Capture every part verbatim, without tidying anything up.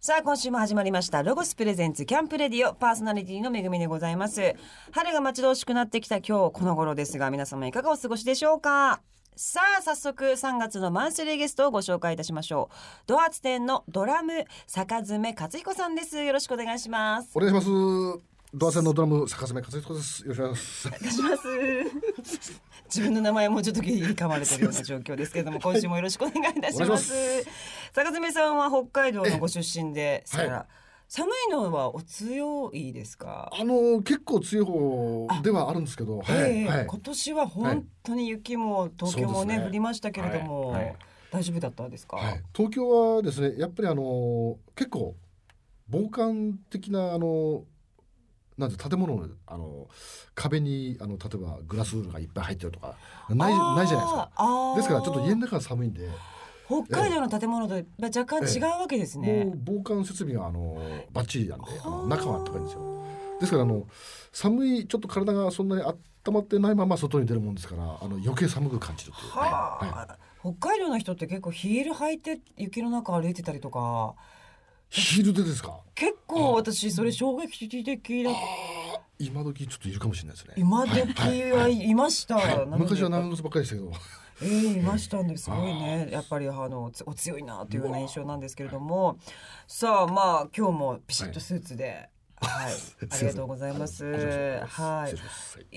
さあ今週も始まりましたロゴスプレゼンツキャンプレディオ、パーソナリティのめぐみでございます。春が待ち遠しくなってきた今日この頃ですが、皆様いかがお過ごしでしょうか。さあ早速さんがつのマンスリーゲストをご紹介いたしましょう。ドハツ店のドラム坂爪克彦さんです。よろしくお願いします。 お願いします。ドアセンのドラム坂爪克彦です。よろしくお願いします。 お願いします自分の名前もちょっと切り噛まれてるような状況ですけれども、今週もよろしくお願いいたします。坂爪さんは北海道のご出身ですから、はい、寒いのはお強いですか。 あの結構強い方ではあるんですけど、はいえーはい、 今年は本当に雪も東京もね、ね降りましたけれども、はいはい、大丈夫だったんですか。 はい、東京はですねやっぱりあの結構防寒的なあのなんて建物のあの壁にあの例えばグラスがいっぱい入ってるとかないないじゃないですか。ですからちょっと家の中が寒いんで、 北海道の建物と若干違うわけですね。 もう防寒設備があのバッチリなんで、あの中は暖かいんですよ。ですからあの寒いちょっと体がそんなに温まってないまま外に出るもんですから、あの余計寒く感じるという、はいはい、北海道の人って結構ヒール履いて雪の中歩いてたりとか。 ヒールでですか。 結構私それ衝撃的だ。 今時ちょっといるかもしれないですね。 今時はいました、はいはいはい、 昔は長靴ばっかりでしたけどえー、いましたんですごいね。やっぱりあのお強いなというような印象なんですけれども、さあまあ今日もピシッとスーツで、はいはい、ありがとうございます。はい、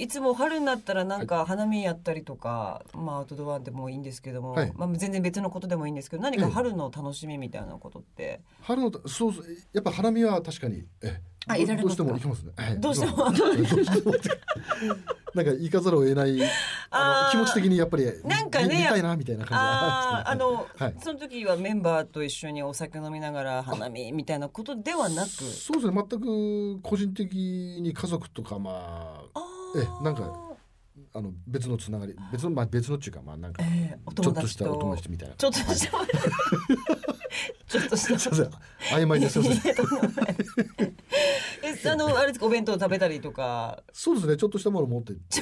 いつも春になったらなんか花見やったりとか、はい、まあアウトドアでもいいんですけども、はい、まあ、全然別のことでもいいんですけど、何か春の楽しみみたいなことって、ええ、 春のそうやっぱ花見は確かに、えあえ、どうしても行きますね、はい、 どうしてもなんか行かざるを得ないあの気持ち的にやっぱりなんかね見たいなみたいな感じああの、 はい、 その時はメンバーと一緒にお酒飲みながら花見みたいなことではなく、 そうですね、全く個人的に家族とかまあえなんかあの別のつながり別のまあ別のっていうかまあなんかちょっとしたお友達みたいな、 ちょっとしたちょっとしたすいません曖昧ですいませんえあのあれですか、お弁当食べたりとか。 そうですね、ちょっとしたもの持ってで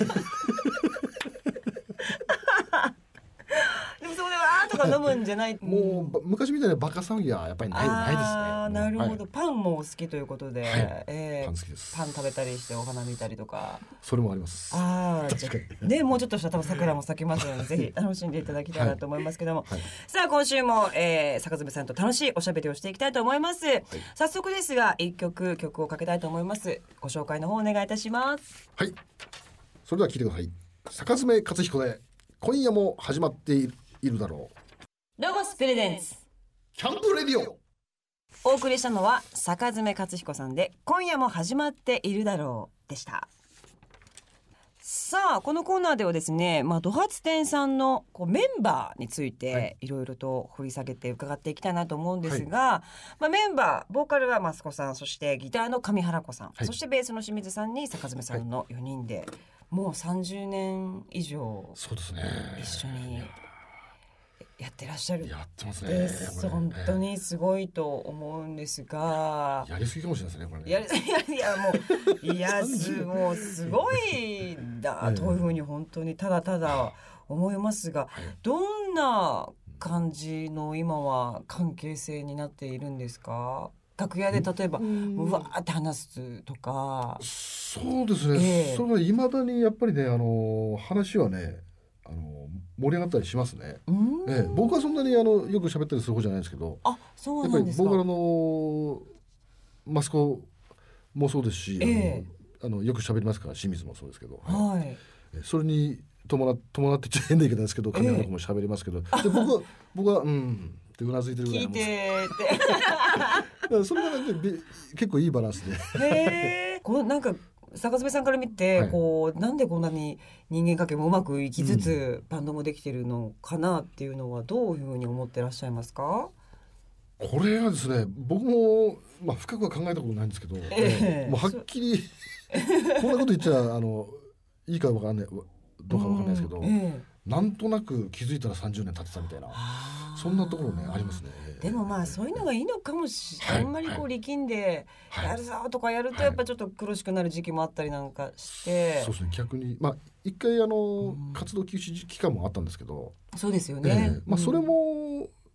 もそれはあーとか飲むんじゃないもう昔みたいなバカ騒ぎはやっぱりない、ないですね。 あなるほど、はい、パンも好きということで、はい、えー、 パン好きです。 パン食べたりしてお花見たりとか。 それもあります。 あ確かにね、もうちょっとした多分桜も咲きますのでぜひ楽しんでいただきたいなと思いますけども、はいはい、さあ今週も、えー、坂爪さんと楽しいおしゃべりをしていきたいと思います、はい、早速ですが一曲曲をかけたいと思います。ご紹介の方お願いいたします。 はい、それでは聴いてください。坂爪克彦で今夜も始まっているだろう。 ロゴスプレゼンツキャンプレディオ。 お送りしたのは坂爪克彦さんで今夜も始まっているだろうでした。さあこのコーナーではですね、まあ、ドハツ店さんのこうメンバーについていろいろと掘り下げて伺っていきたいなと思うんですが、はい、まあ、メンバーボーカルはマスコさん、そしてギターの上原子さん、はい、そしてベースの清水さんに坂爪さんのよにんで、はい、もうさんじゅうねん以上そうですね一緒にやってらっしゃる。 やってますね。 です、本当にすごいと思うんですが、 やりすぎかもしれないですねこれね。 やりいやもういやすもうすごいだというふうに本当にただただ思いますが、どんな感じの今は関係性になっているんですか。楽屋で例えばうわーって話すとか。 そうですね、えー、それは未だにやっぱりね、あの話はねあの盛り上がったりしますね。ええ、僕はそんなにあのよく喋ったりする方じゃないですけど、 あ、そうなんですか。 やっぱりボーカルのマスコもそうですし、えー、あのあのよく喋りますから清水もそうですけど、はい、それに伴, 伴ってちょっと変な言い方ですけど神原子も喋りますけど、えー、で僕は僕はうんってうなずいてるぐらい聞いてってそれが、ね、結構いいバランスでへーこうなんか坂爪さんから見て、はい、こうなんでこんなに人間関係もうまくいきつつ、うん、バンドもできてるのかなっていうのはどういうふうに思ってらっしゃいますか。 これはですね、僕も、まあ、深くは考えたことないんですけど、えー、もうはっきりこんなこと言っちゃあのいいか分かんないどうか分かんないですけど、うん、えー、なんとなく気づいたらさんじゅうねん経ってたみたいな、そんなところねありますね。 でもまあそういうのがいいのかもしれない、はい、あんまりこう力んでやるぞとかやるとやっぱちょっと苦しくなる時期もあったりなんかして、はい、 そうですね、逆にまあ一回あの、うん、活動休止期間もあったんですけど、 そうですよね、 えーまあ、それも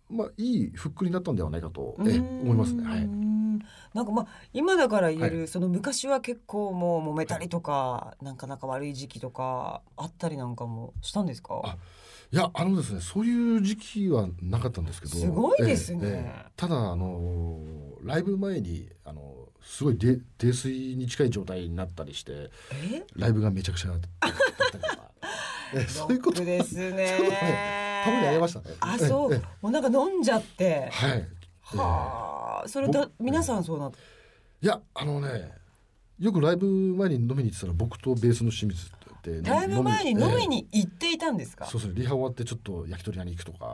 まあいいフックになったんではないかと、え思いますね。はい。 なんかまあ今だから言える、 はい、 その昔は結構もう揉めたりとか、はい、なんか仲悪い時期とかあったりなんかもしたんですか？ あ、いやあのですね、そういう時期はなかったんですけど、 すごいですね。 ええ、ただあのライブ前にあのすごい泥酔に近い状態になったりして、ライブがめちゃくちゃだったりとか、えそういうことですね。 ね、たまにありましたね。 あ、そう、もうなんか飲んじゃって、 はい、 はあ、それだ皆さんそうなって、 いやあのね、よくライブ前に飲みに行ってたら僕とベースの清水でライブ前に飲みに行っていたんですか？ えー、そうですね、リハ終わってちょっと焼き鳥屋に行くとか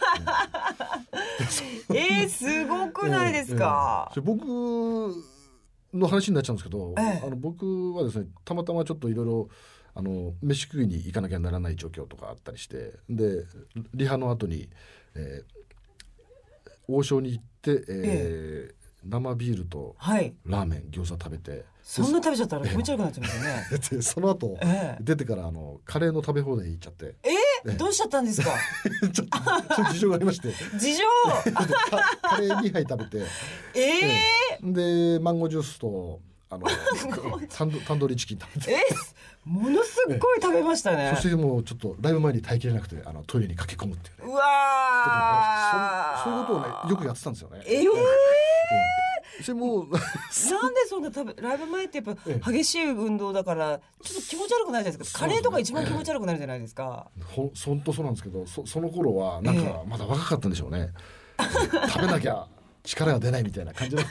えー、すごくないですか？ えーえー、僕の話になっちゃうんですけど、えー、あの僕はですね、たまたまちょっといろいろあの飯食いに行かなきゃならない状況とかあったりして、でリハの後に、えー、王将に行って、えーえー生ビールとラーメン、はい、餃子食べて、 そんな食べちゃったら気持ち悪くなっちゃいますよね。 でその後、ええ、出てからあのカレーの食べ放題行っちゃって、 えーえー、どうしちゃったんですか？ ちょっとそういう事情がありまして事情カレーにはい食べて、 えーえー、でマンゴージュースとあのタンドタンドリーチキン食べて、 えー、ものすっごい食べましたね。 そしてもうちょっとライブ前に耐えきれなくてあのトイレに駆け込むっていうね、 うわー そ, そういうことをねよくやってたんですよね。 えーそれもなんでそんな食べライブ前ってやっぱ激しい運動だからちょっと気持ち悪くないじゃないですか。カレーとか一番気持ち悪くなるじゃないですか。 ほんとそうなんですけど、 そ, その頃はなんかまだ若かったんでしょうね、えー、食べなきゃ力が出ないみたいな感じの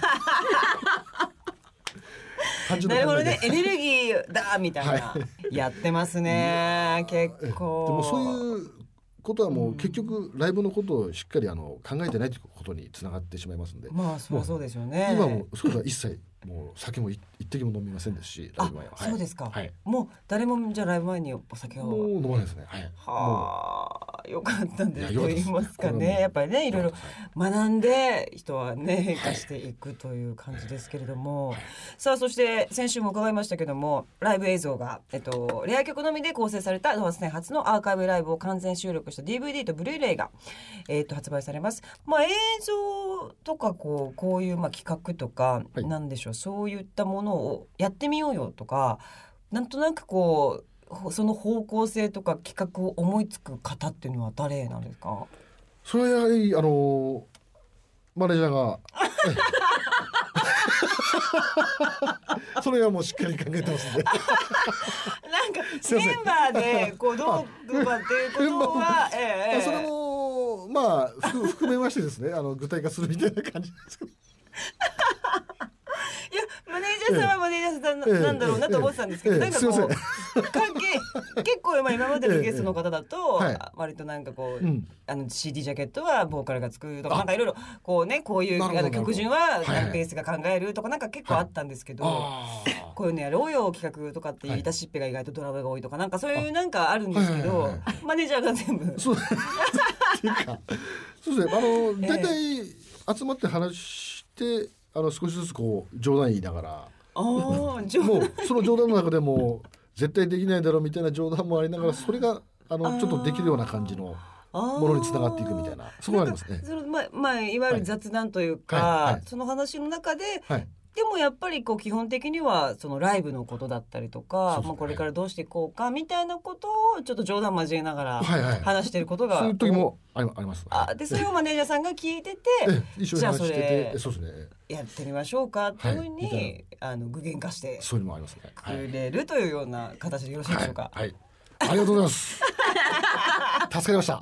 なるほどね、エネルギーだみたいな、はい、やってますね結構。 でもそういうことはもう結局ライブのことをしっかりあの考えてないということにつながってしまいますんで、 まあそりゃそうですよね。 今もそういうのは一切もう酒も一滴も飲みませんですし、ライブ前は。 あ、そうですか、 はい、 もう誰もじゃあライブ前にお酒をもう飲まないですね。はい、 はあ、よかったんですと言いますかね、やっぱりねいろいろ学んで人はね変化していくという感じですけれども、はい、さあそして先週も伺いましたけども、ライブ映像が、えっと、レア曲のみで構成されたドハツ展初のアーカイブライブを完全収録した ディーブイディー とブルーレイが、えっと、発売されます。まあ、映像とかこう、こういうまあ企画とか、はい、なんでしょう、そういったものをやってみようよとか、なんとなくこうその方向性とか企画を思いつく方っていうのは誰なんですか？ それはやはりあのマネージャーがそれはもうしっかり考えてますんでなんかメンバーでこうどうかっていうことは、ええ、 それもまあ含めましてですね、あの具体化するみたいな感じですけどいやマネージャーさんはマネージャーさんな、ええ、なんだろうなと思ってたんですけど、ええ、なんかこう関係結構、まあ、今までのゲストの方だと、ええ、割となんかこう、うん、あの シーディー ジャケットはボーカルが作るとかなんかいろいろこうねこういうあの曲順はベースが考えるとかなんか結構あったんですけど、はい、こういうのやろうよ企画とかって言い出しっぺが意外とドラマが多いとかなんかそういうなんかあるんですけど、はいはいはいはい、マネージャーが全部そうっていうかそうですね、あのだいたい集まって話してあの少しずつこう冗談言いながらあもうその冗談の中でも絶対できないだろうみたいな冗談もありながらそれがあのちょっとできるような感じのものにつながっていくみたいな、そこがありますね。 その、ままあ、いわゆる雑談というか、はいはいはい、その話の中で、はい、でもやっぱりこう基本的にはそのライブのことだったりとか、まあ、これからどうしていこうかみたいなことをちょっと冗談交えながら話していることが、 はいはい、そういう時もあります。 あでそれをマネージャーさんが聞いてて一緒に話してて、そうですね、 やってみましょうかっていうふうに、はい、あの具現化してそういうのもありますね、 くれるというような形でよろしいでしょうか。 はい、はい、ありがとうございます助かりました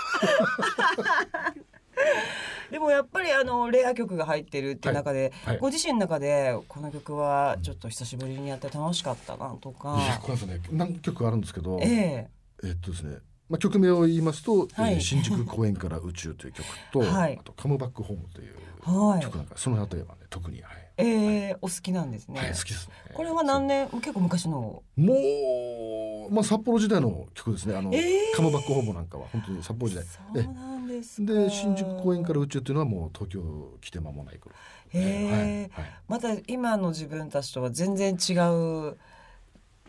でもやっぱりあのレア曲が入ってるっていう中で、はいはい、ご自身の中でこの曲はちょっと久しぶりにやって楽しかったなとか、 いやこれですね、何曲あるんですけど、 えー、 えー、っとですね、まあ、曲名を言いますと、はい、えー、新宿公園から宇宙という曲と、はい、あとカムバックホームという曲なんか、はい、そのあたりはね特に、はい、 えーはい、お好きなんですね。 はい、好きですね。 これは何年、結構昔のもう、まあ、札幌時代の曲ですね。あの、えー、カムバックホームなんかは本当に札幌時代そうなんですか。 で新宿公園から宇宙っていうのはもう東京来て間もない頃、 えーはいはい、また今の自分たちとは全然違う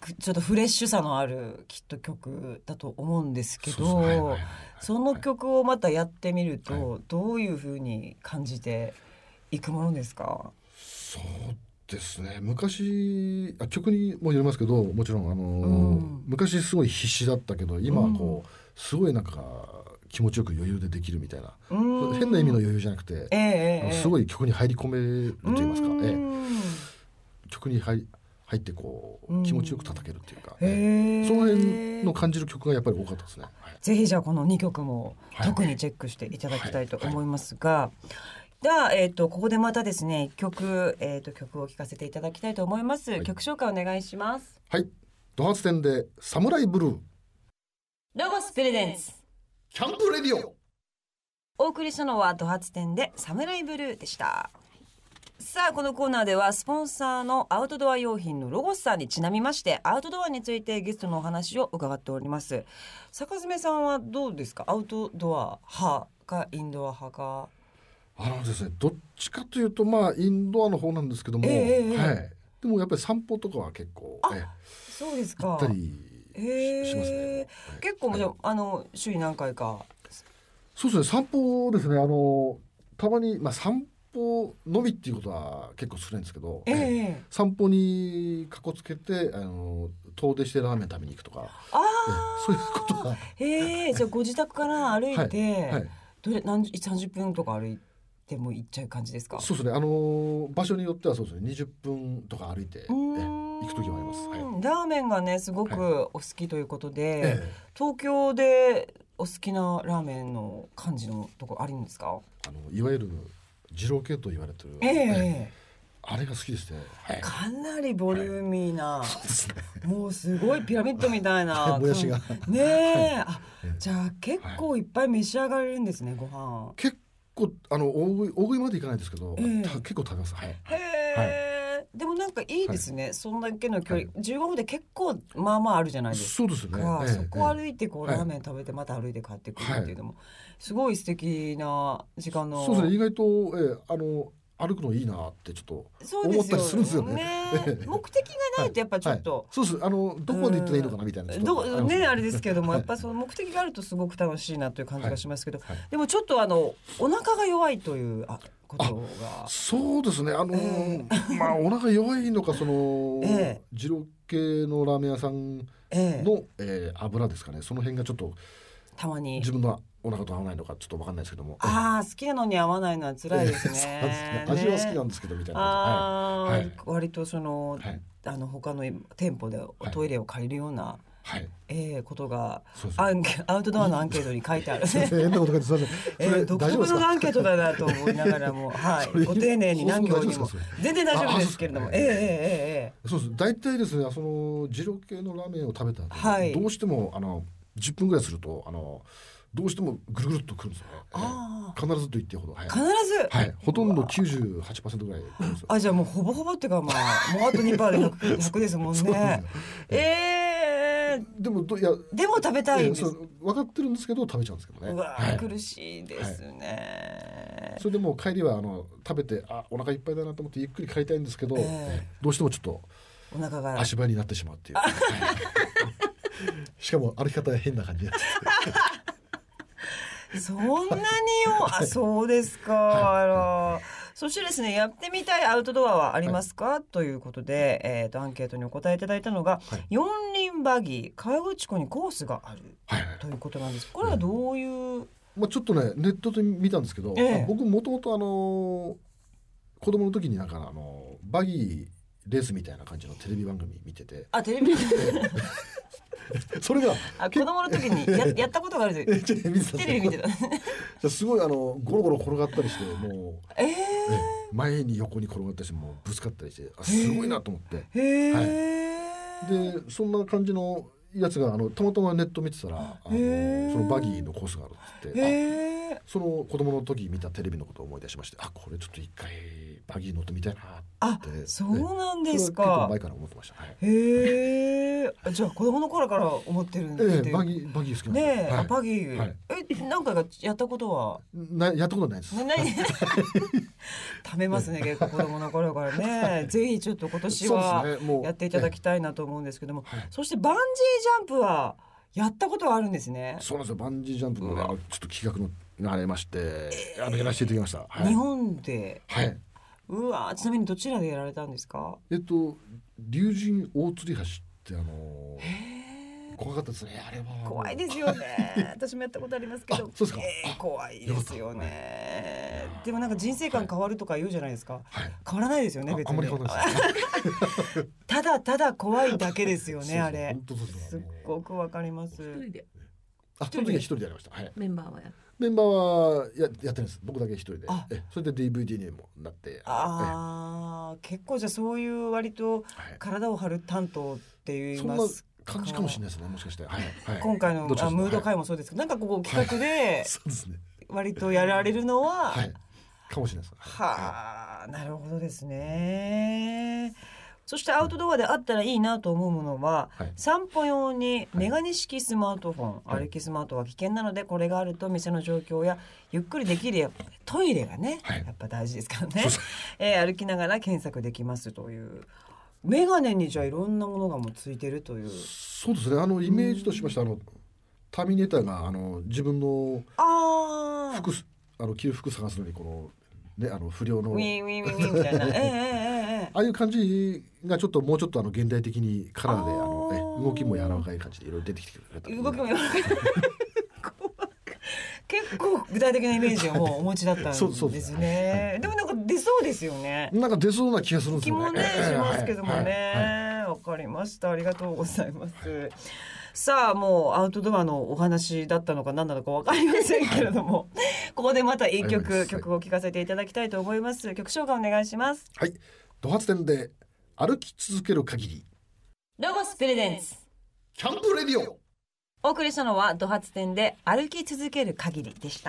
ちょっとフレッシュさのあるきっと曲だと思うんですけど、 はいはいはいはい、 その曲をまたやってみると、 はい、 どういう風に感じていくものですか？ そうですね、昔あ曲にもよりますけど、もちろんあの、うん、昔すごい必死だったけど今はこう、うん、すごいなんか気持ちよく余裕でできるみたいな、うん、変な意味の余裕じゃなくて、えー、すごい曲に入り込めると言いますか、えー、曲に入り入ってこう気持ちよく叩けるっていうか、うん、えー、その辺の感じる曲がやっぱり多かったですね。はい、 ぜひじゃあこのにきょくも特にチェックしていただきたいと思いますが、はいはい、では、えー、とここでまたですねいっきょく、えー、と曲を聴かせていただきたいと思います。はい、曲紹介お願いします。 はい、ドハツ店でサムライブルー。 ロゴスプレゼンツキャンプレディオ。 お送りしたのはドハツ店でサムライブルーでした。さあこのコーナーではスポンサーのアウトドア用品のロゴスさんにちなみましてアウトドアについてゲストのお話を伺っております。坂爪さんはどうですか？アウトドア派かインドア派か？ あのですね、どっちかというとまあインドアの方なんですけども、えーはい、でもやっぱり散歩とかは結構あ、えそうですか。 行ったりしますね。はい、 結構もちろん、はい、あの週に何回か。 そうですね、散歩ですね。あのたまに、まあ、散歩のみっていうことは結構するんですけど、えー、散歩にかこつけてあの遠出してラーメン食べに行くとか、あそういうことがへえじゃあご自宅から歩いて、はいはい、どれ何さんじゅっぷんとか歩いても行っちゃう感じですか？ そうですね、あの場所によってはそうですねにじゅっぷんとか歩いて行く時もあります。はい、 ラーメンがねすごくお好きということで、はいえー、東京でお好きなラーメンの感じのところあるんですか？ あのいわゆる二郎系と言われてる、 えー、 あれが好きですね。はい、 かなりボリューミーな、 はい、そうですね、 もうすごいピラミッドみたいなもやしがねえ、はい、あじゃあ結構いっぱい召し上がれるんですね、ご飯。 結構あの大食い、大食いまでいかないですけど、えー、結構食べます。はい、へえ、はい、でもなんかいいですね、はい、そんだけの距離、はい、じゅうごふんで結構まあまああるじゃないですか。 そうですね、えー、 そこ歩いてこう、えー、ラーメン食べてまた歩いて帰ってくるっていうのも、はい、すごい素敵な時間の。 そうですね、意外と、えー、あの歩くのいいなってちょっと思ったりするんですよね。 ね目的がないとやっぱちょっと、はいはい、 そうです、あのどこまで行ったらいいのかなみたいなどねあれですけども、やっぱその目的があるとすごく楽しいなという感じがしますけど、はいはい、でもちょっとあのお腹が弱いというあことが。 そうですね、あのーえー、まあお腹弱いのかその、えー、二郎系のラーメン屋さんの、えーえー、油ですかね、その辺がちょっとたまに自分のお腹と合わないのかちょっと分かんないですけども、 ああ好きなのに合わないのは辛いですね。 えー、味は好きなんですけどみたいな感じ、はいはい、割とその、はい、あの他の店舗でトイレを借りるような、はいえー、ことがアンアウトドアのアンケートに書いてある変なこと書いてすいません、えー、 独特のアンケートだなと思いながらも、はい、ご丁寧に何行にも全然大丈夫ですけれども、えー、えー、えー、 そうです。大体ですね、その二郎系のラーメンを食べた後、はい、どうしてもあのじゅっぷんぐらいするとあのどうしてもぐるぐるっとくるんですよね。あ必ずと言ってほど、はい、 必ず、 はい、ほとんど きゅうじゅうはちパーセント ぐらいあじゃあもうほぼほぼっていうか、まあ、もうあと にパーセント で ひゃく, ひゃくですもんね。えー、 でもどいやでも食べたいんです、 えー、分かってるんですけど食べちゃうんですけどね。 うわ、はい、苦しいですね、 はい、それでもう帰りはあの食べてあお腹いっぱいだなと思ってゆっくり帰りたいんですけど、えー、どうしてもちょっとお腹が足早になってしまうっていうしかも歩き方が変な感じになってそんなによあそうですか、はい、そしてですねやってみたいアウトドアはありますか、はい、ということで、えー、とアンケートにお答えいただいたのが、はい、四輪バギー河口湖にコースがある、はい、ということなんです。これはどういう、うんまあ、ちょっとねネットで見たんですけど、えー、僕もともとあの子供の時になんかあのバギーレースみたいな感じのテレビ番組見てて、 あテレビそれがあ子供の時に や, やったことがあるでテレビ見てたじゃすごいあのゴロゴロ転がったりしてもう、 えー、 前に横に転がったりしてもうぶつかったりしてあすごいなと思って、 えーはい、でそんな感じのやつがあのたまたまネット見てたらあの、えー、そのバギーのコースがあるって言って、えー、その子供の時見たテレビのことを思い出しましてあこれちょっと一回バギー乗ってみたいなって。 あ、そうなんですか。 それは結構前から思ってました。はい、 へえ。じゃあ子供の頃から思ってるんですね。バギーバギー好きなんですねえ、 はい、 バギー、はい、え、何回かやったことはなやったことないです。 ね、ない食べますね結構子供の頃からね。ぜひちょっと今年はやっていただきたいなと思うんですけども、はい、そしてバンジージャンプはやったことはあるんですね。 そうなんですよ。バンジージャンプの、ね、ちょっと企画のがありまして、えー、あのやらせていただきました。 はい、日本で。 はい。 うわ、ちなみにどちらでやられたんですか？ えっと竜神大吊橋ってあのー、怖かったですね。あれは怖いですよね。私もやったことありますけど。 そうですか。 えー、怖いですよね。でもなんか人生観変わるとか言うじゃないですか。 はい、 変わらないですよね別に。 あんまり変わらないです。 ただただ怖いだけですよねあれ。 本当そうです。 すっごくわかります。 一人で。 あ、その時は一人でやりました。はい。 メンバーはやメンバーはややってるんです。僕だけ一人で。え、それで ディーブイディー にもなって。 ああ、結構じゃあそういう割と体を張る担当って言いますか。 そんな感じかもしれないですね。もしかして。はいはい、 今回のあムード会もそうですけど、なんかここ企画で割とやられるのは、 はい、かもしれないです。 はあ、なるほどですね。そしてアウトドアであったらいいなと思うものは、はい、散歩用にメガネ式スマートフォン、はい、歩きスマートは危険なのでこれがあると店の状況やゆっくりできるやトイレがね、はい、やっぱ大事ですからね、えー、歩きながら検索できますという。メガネにじゃあいろんなものがもうついてるという。 そうですね。あのイメージとしまして、あのターミネーターがあの自分の服あの着る服探すのにこのね、あの不良のウィンウィンウィンウィンみたいな、えーえーえー、 ああいう感じがちょっともうちょっとあの現代的にカラーであの、ね、動きも柔らかい感じでいろいろ出てきてくれた、ね、 動きも柔らかい結構具体的なイメージをもうお持ちだったんですね。そうそうですね、はい、でもなんか出そうですよね。 なんか出そうな気がするんですよね。 気もね、えー、しますけどもね。わ、かりました。ありがとうございます。はい、さあもうアウトドアのお話だったのか何なのか分かりませんけれども、はい、ここでまた一曲、はい、曲を聴かせていただきたいと思います。曲紹介お願いします。 はい、ド発展で歩き続ける限り、 ロゴスプレゼンツキャンプレディオ。 お送りしたのはド発展で歩き続ける限りでした。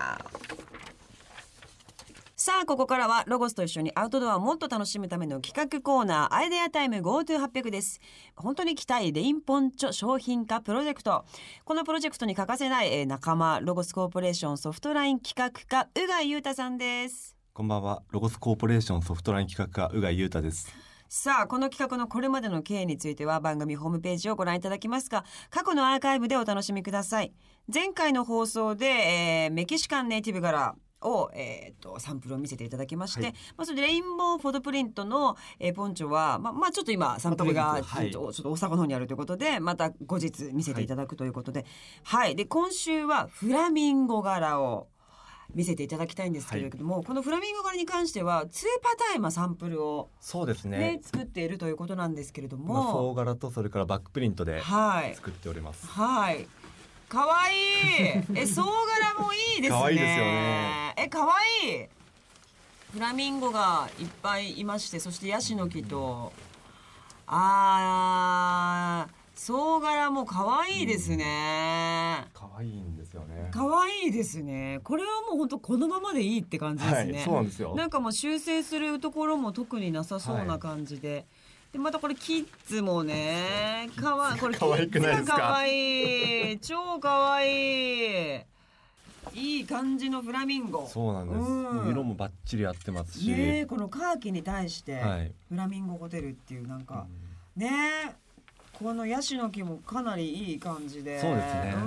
さあここからはロゴスと一緒にアウトドアをもっと楽しむための企画コーナーアイデアタイム ゴートゥーはっぴゃく です。本当に期待レインポンチョ商品化プロジェクト。このプロジェクトに欠かせない仲間ロゴスコーポレーションソフトライン企画課宇賀裕太さんです。 こんばんは。ロゴスコーポレーションソフトライン企画課宇賀裕太です。 さあこの企画のこれまでの経緯については番組ホームページをご覧いただきますが、過去のアーカイブでお楽しみください。前回の放送で、えー、メキシカンネイティブ柄を、えー、とサンプルを見せていただきまして、はい、まあ、それでレインボーフォトプリントの、えー、ポンチョは、まあまあ、ちょっと今サンプルが、はい、ちょっと大阪の方にあるということでまた後日見せていただくということで、はいはい、で今週はフラミンゴ柄を見せていただきたいんですけれども、はい、このフラミンゴ柄に関してはにパターン今サンプルを、ね、 そうですね、 作っているということなんですけれども、 まあ、総柄とそれからバックプリントで作っております。 はい、はい、かわいいえ総柄もいいですね。かわいいですよね。えかわいいフラミンゴがいっぱいいまして、そしてヤシの木と、うん、あー総柄もかわいいですね。 かわいいんですよね。 かわいいですね。これはもう本当このままでいいって感じですね。 はい、そうなんですよ。 なんかもう修正するところも特になさそうな感じで、はい、でまたこれキッズもねかわいい。これキッズがかわいい。超かわいい。いい感じのフラミンゴ。 そうなんです、うん、色もバッチリ合ってますし、 ね、このカーキに対してフラミンゴホテルっていうなんか、うん、ねこのヤシの木もかなりいい感じで、 そうですね、 うん、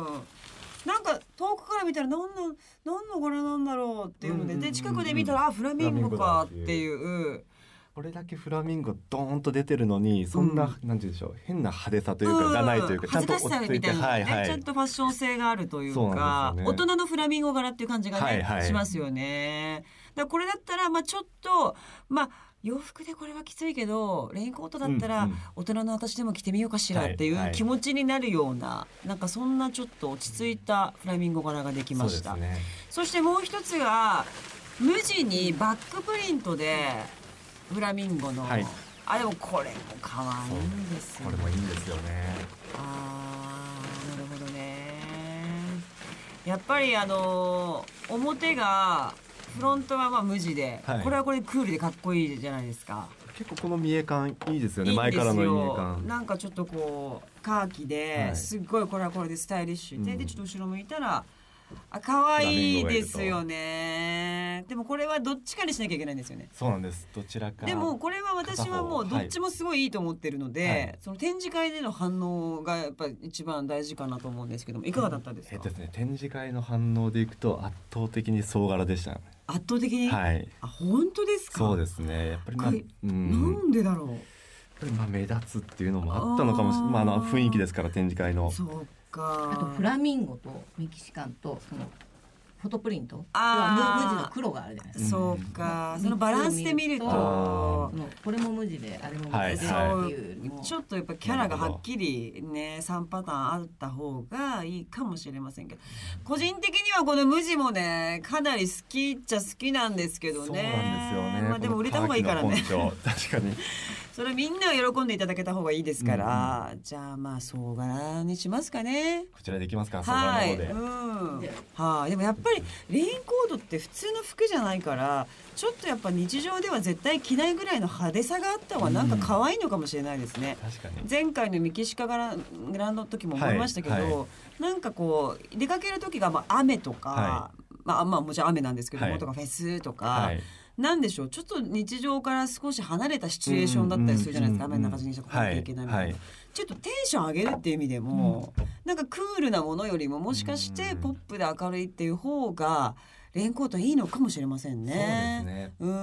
なんか遠くから見たら何の何の柄なんだろうっていうので、うんうんうんうん、で近くで見たらあフラミンゴかっていう、 これだけフラミンゴドーンと出てるのにそんな、うん、なんて言うんでしょう、変な派手さというかがないというか、ちゃんと落ち着いて、はいはい、 ちゃんとファッション性があるというか、ね、大人のフラミンゴ柄っていう感じがね、はいはい、しますよね。だからこれだったらまあちょっとまあ洋服でこれはきついけどレインコートだったら大人の私でも着てみようかしらっていう気持ちになるような、はいはい、なんかそんなちょっと落ち着いたフラミンゴ柄ができました。 そうですね。そしてもう一つが無地にバックプリントでフラミンゴの、はい、あでもこれも可愛いんですよ。 これもいいんですよね。 あーなるほどね。やっぱりあの表がフロントはまあ無地で、 はい、 これはこれクールでかっこいいじゃないですか。 結構この見え感いいですよね。 いいんですよ。 前からの見え感なんかちょっとこうカーキで、はい、すっごいこれはこれでスタイリッシュで、うん、でちょっと後ろ向いたらあ可愛いですよね。でもこれはどっちかにしなきゃいけないんですよね。 そうなんです。どちらか。 でもこれは私はもうどっちもすごいいいと思ってるので、はい、その展示会での反応がやっぱり一番大事かなと思うんですけども、いかがだったですか？ えっとですね、展示会の反応でいくと圧倒的に総柄でした。 圧倒的に。 はい。 あ、本当ですか？ そうですね。やっぱりまあ、 うん、なんでだろう。やっぱりまあ目立つっていうのもあったのかもしれない。まああの雰囲気ですから展示会の。 そうか。 あとフラミンゴとメキシカンとそのフォトプリント、あ無地の黒があるじゃないですか。そうか、そのバランスで見ると、これも無地であれも無地でっていう、 ちょっとやっぱキャラがはっきりねさんパターンあった方がいいかもしれませんけど、個人的にはこの無地もねかなり好きっちゃ好きなんですけどね。 そうなんですよね。 まあでも売れた方がいいからね。 確かに。 それみんなが喜んでいただけた方がいいですから、うんうん、じゃあまあ総柄にしますかね。 こちらでいきますか。総柄の方で。 はい、うん、はあ、でもやっぱりレインコードって普通の服じゃないから、ちょっとやっぱ日常では絶対着ないぐらいの派手さがあった方がなんか可愛いのかもしれないですね。 うん、確かに。 前回のメキシカグランドの時も思いましたけど、はいはい、なんかこう出かける時がまあ雨とか、はい、まあまあもちろん雨なんですけども、はい、とかフェスとか。はい、なんでしょう、ちょっと日常から少し離れたシチュエーションだったりするじゃないですか。雨の中にしてこなきゃいけないみたいな、はいはい、ちょっとテンション上げるっていう意味でも、うん、なんかクールなものよりももしかしてポップで明るいっていう方がレインコートいいのかもしれませんね。 そうですね。 うん、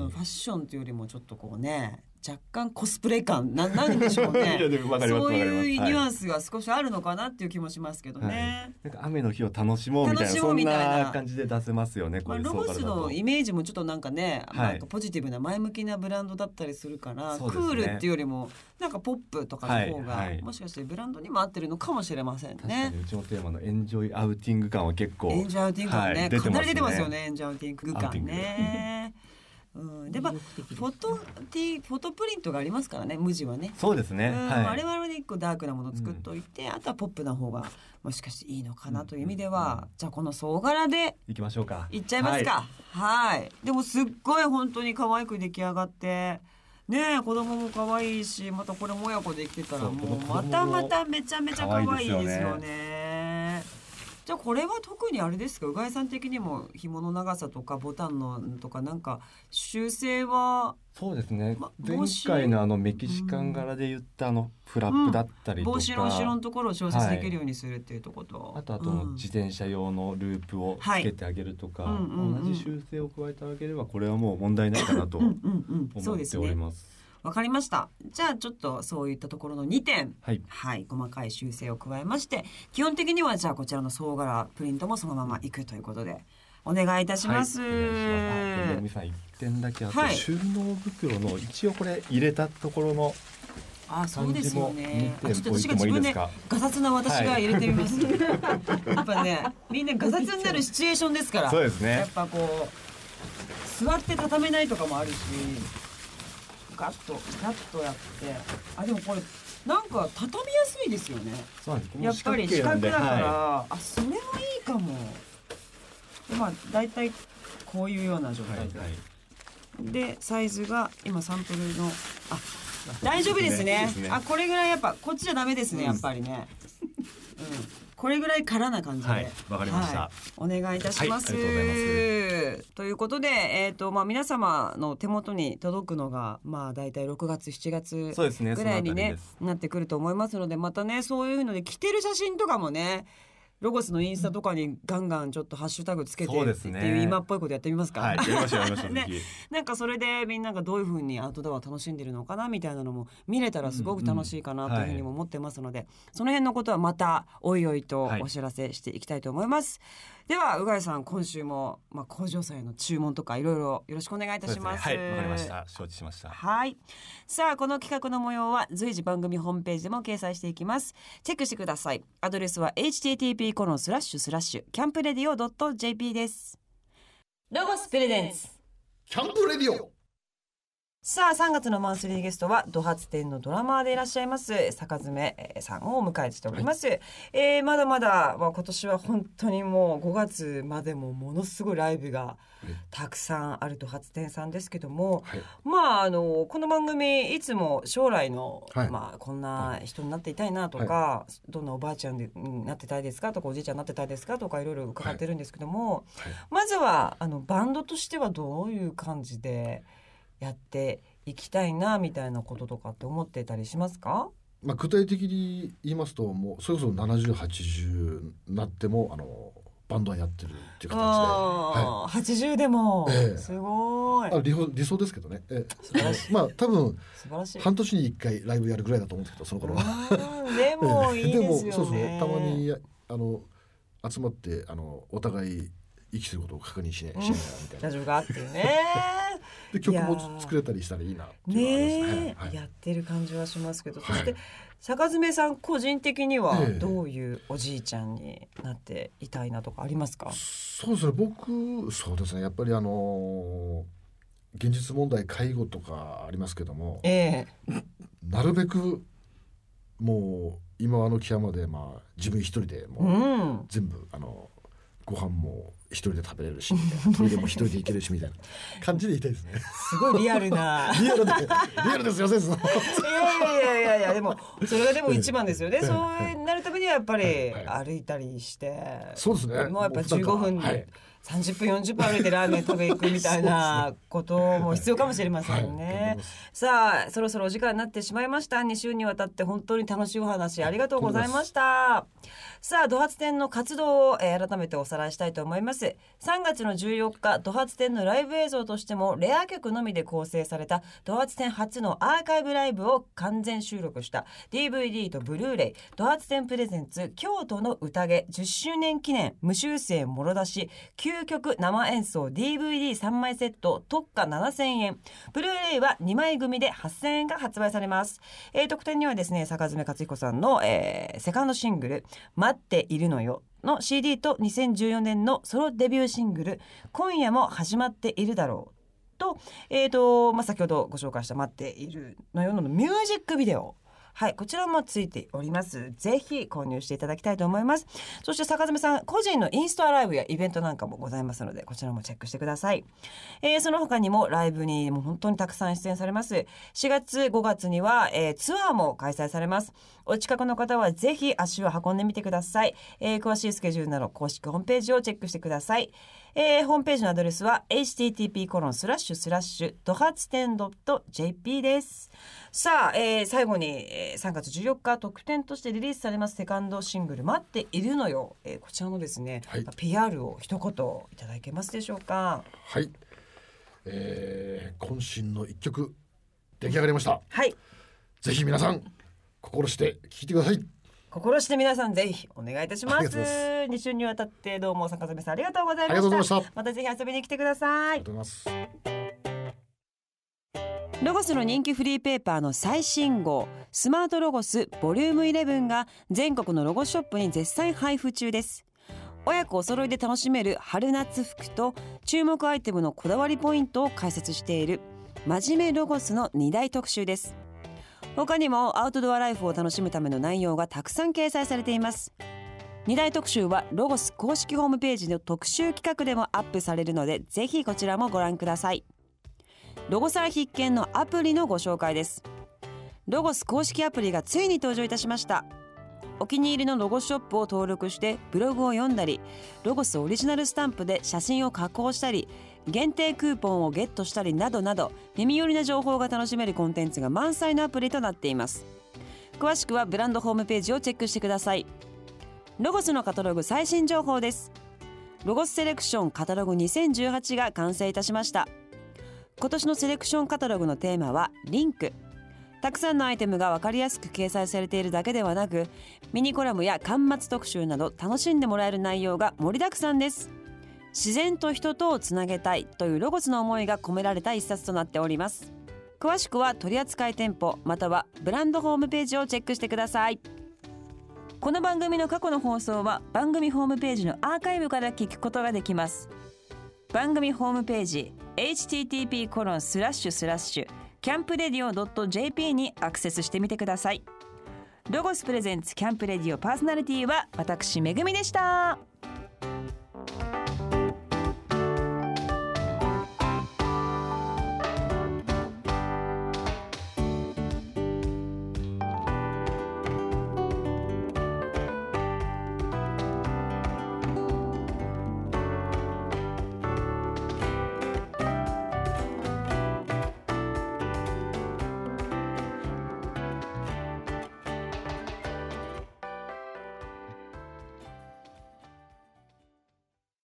ファッションというよりもちょっとこうね、若干コスプレ感 な, なんでしょうね。そういうニュアンスが少しあるのかなっていう気もしますけどね。 はい、なんか雨の日を楽しもうみたいな、そんな感じで出せますよね。こういうロゴスのイメージもちょっとなんかね、はい、なんかポジティブな前向きなブランドだったりするから、ね、クールっていうよりもなんかポップとかの方が、はいはい、もしかしてブランドにも合ってるのかもしれませんね。 確かにうちのテーマのエンジョイアウティング感は結構エンジョイアウティング感ね、はい、かなり出てますよね。エンジョイアウティング感ね。うん、でまあ、フォトティフォトプリントがありますからね、無地はね。 そうですね、 うん、はい、我々で一個ダークなものを作っておいて、うん、あとはポップな方がもしかしていいのかなという意味では、うん、じゃあこの総柄でいきましょうか。 いっちゃいますか。はい、はい、でもすっごい本当に可愛く出来上がってね、子供も可愛いし、またこれも親子で生きてたらもうまたまためちゃめちゃ可愛いですよね。じゃあこれは特にあれですか、うがいさん的にも紐の長さとかボタンのとかなんか修正は。 そうですね、ま、前回のあのメキシカン柄で言ったあのフラップだったりとか、うん、帽子の後ろのところを調節できるようにするっていうところと、はい、あとあと自転車用のループをつけてあげるとか、はい、同じ修正を加えてあげればこれはもう問題ないかなと思っております。 わかりました。じゃあちょっとそういったところのにてん、 はいはい、細かい修正を加えまして、基本的にはじゃあこちらの総柄プリントもそのままいくということでお願いいたします。はい、お願いします。みさんいってんだけあと、はい、収納袋の一応これ入れたところのあ、そうですよね。ちょっと私が自分でガサツな私が入れてみます。はい、やっぱね、みんなガサツになるシチュエーションですから。 そうですね。 やっぱこう座って畳めないとかもあるし。ガッとガッとやって、あ、でもこれなんか畳みやすいですよね。 そうなんです。 やっぱり四角だから、はい、あ、それもいいかも。まあだいたいこういうような状態で、はいはい、でサイズが今サンプルのあ大丈夫ですね。ですね。あ、これぐらいやっぱこっちじゃダメですね、やっぱりね。うん。これぐらい空な感じで、 はい、わかりました、 はい、お願いいたします、はい、ありがとうございます。ということで、えーとまあ、皆様の手元に届くのが、まあ、だいたいろくがつしちがつぐらいに、ね、なってくると思いますので、またねそういうので着てる写真とかもね、ロゴスのインスタとかにガンガンちょっとハッシュタグつけてっていう今っぽいことやってみますか。 はい、やりましょうやりましょうね、 なんかそれでみんながどういう風にアウトドアを楽しんでるのかなみたいなのも見れたらすごく楽しいかなというふうにも思ってますので、うんうん、はい、その辺のことはまたおいおいとお知らせしていきたいと思います、はい、ではうがいさん、今週も、まあ、工場祭の注文とかいろいろよろしくお願いいたします。 はい、わかりました。承知しました。 はい、さあこの企画の模様は随時番組ホームページでも掲載していきます。チェックしてください。アドレスは エイチティーティーピーコロンスラッシュスラッシュキャンプレディオ ドット ジェーピー です。ロゴスプレゼンツキャンプレディオ。 さあさんがつのマンスリーゲストはドハツ展のドラマーでいらっしゃいます坂爪さんをお迎えしております、はい、えー、まだまだ、まあ、今年は本当にもうごがつまでもものすごいライブがたくさんあるドハツ展さんですけども、はい、まああのこの番組いつも将来の、はい、まあ、こんな人になっていたいなとか、はい、どんなおばあちゃんになってたいですかとかおじいちゃんになってたいですかとかいろいろ伺ってるんですけども、はいはい、まずはあのバンドとしてはどういう感じでやっていきたいなみたいなこととかって思ってたりしますか？ まあ、具体的に言いますともうそれこそななじゅう、はちじゅうになってもあのバンドはやってるっていう形で、 はい、はちじゅうでも、えー、すごいあ 理, 理想ですけどね、えー、素晴らしいまあ多分半年にいっかいライブやるぐらいだと思うんですけどその頃はでもいいですよね。でもそうそうたまにあの集まってあのお互い息することを確認しね、うん、しねみたいな大丈夫かっていうねで曲も作れたりしたらいいなっていうのはありますね、はい、 やってる感じはしますけど、はい、そして坂爪さん個人的にはどういうおじいちゃんになっていたいなとかありますか？ えー、そうですね僕そうですねやっぱりあの現実問題介護とかありますけども、えー、なるべくもう今あの極までまあ自分一人でもう全部、うん、あのご飯も一人で食べれるしみたいなトイレも一人で行けるしみたいな感じでいたいですね。 すごいリアルなリアルでリアルですよ先生。いやいやいやいやでもそれがでも一番ですよね。そうなるためにはやっぱり歩いたりして、はいはい、 そうですね。 もうやっぱりじゅうごふんで、はい、さんじゅっぷんよんじゅっぷん歩いてラーメン食べ行くみたいなことも必要かもしれませんね、はいはい、さあそろそろお時間になってしまいました。に週にわたって本当に楽しいお話ありがとうございました。さあドハツ展の活動を、えー、改めておさらいしたいと思います。さんがつのじゅうよっかドハツ展のライブ映像としてもレア曲のみで構成されたドハツ展初のアーカイブライブを完全収録した ディーブイディー とブルーレイドハツ展プレゼンツ京都の宴じゅっしゅうねん記念無修正もろ出しきゅうきょく生演奏 ディーブイディーさん 枚セット特価ななせんえんブルーレイはにまい組ではっせんえんが発売されます、えー、特典にはですね坂爪克彦さんの、えー、セカンドシングル待っているのよの シーディー とにせんじゅうよねんのソロデビューシングル今夜も始まっているだろうと、えーとまあ、先ほどご紹介した待っているのよのミュージックビデオ、はい、こちらもついております。ぜひ購入していただきたいと思います。そして坂爪さん個人のインスタライブやイベントなんかもございますのでこちらもチェックしてください、えー、その他にもライブにも本当にたくさん出演されます。しがつごがつには、えー、ツアーも開催されます。お近くの方はぜひ足を運んでみてください、えー、詳しいスケジュールなど公式ホームページをチェックしてください。えー、ホームページのアドレスは エイチティーティーピーコロンスラッシュスラッシュドハツテンドットジェーピー です。さあ、えー、最後に、えー、さんがつじゅうよっか特典としてリリースされますセカンドシングル待っているのよ、えー、こちらのですね、はい、ピーアール を一言いただけますでしょうか？ はい、えー、渾身の一曲出来上がりました、 はい、 ぜひ皆さん心して聴いてください。 心して皆さんぜひお願いいたします。に週にわたってどうも坂爪さんありがとうございました。 ありがとうございました。 またぜひ遊びに来てください。 ありがとうございます。 ロゴスの人気フリーペーパーの最新号スマートロゴスボリュームじゅういちが全国のロゴショップに絶賛配布中です。親子お揃いで楽しめる春夏服と注目アイテムのこだわりポイントを解説している真面目ロゴスのに大特集です。他にもアウトドアライフを楽しむための内容がたくさん掲載されています。に大特集はロゴス公式ホームページの特集企画でもアップされるのでぜひこちらもご覧ください。ロゴサー必見のアプリのご紹介です。ロゴス公式アプリがついに登場いたしました。お気に入りのロゴショップを登録してブログを読んだりロゴスオリジナルスタンプで写真を加工したり限定クーポンをゲットしたりなどなど耳寄りな情報が楽しめるコンテンツが満載のアプリとなっています。詳しくはブランドホームページをチェックしてください。ロゴスのカタログ最新情報です。ロゴスセレクションカタログにせんじゅうはちが完成いたしました。今年のセレクションカタログのテーマはリンク。たくさんのアイテムが分かりやすく掲載されているだけではなくミニコラムや巻末特集など楽しんでもらえる内容が盛りだくさんです。自然と人とをつなげたいというロゴスの思いが込められた一冊となっております。詳しくは取扱店舗またはブランドホームページをチェックしてください。この番組の過去の放送は番組ホームページのアーカイブから聞くことができます。番組ホームページ エイチティーティーピーコロンスラッシュスラッシュキャンプレディオ .jp にアクセスしてみてください。ロゴスプレゼンツキャンプレディオパーソナリティは私めぐみでした。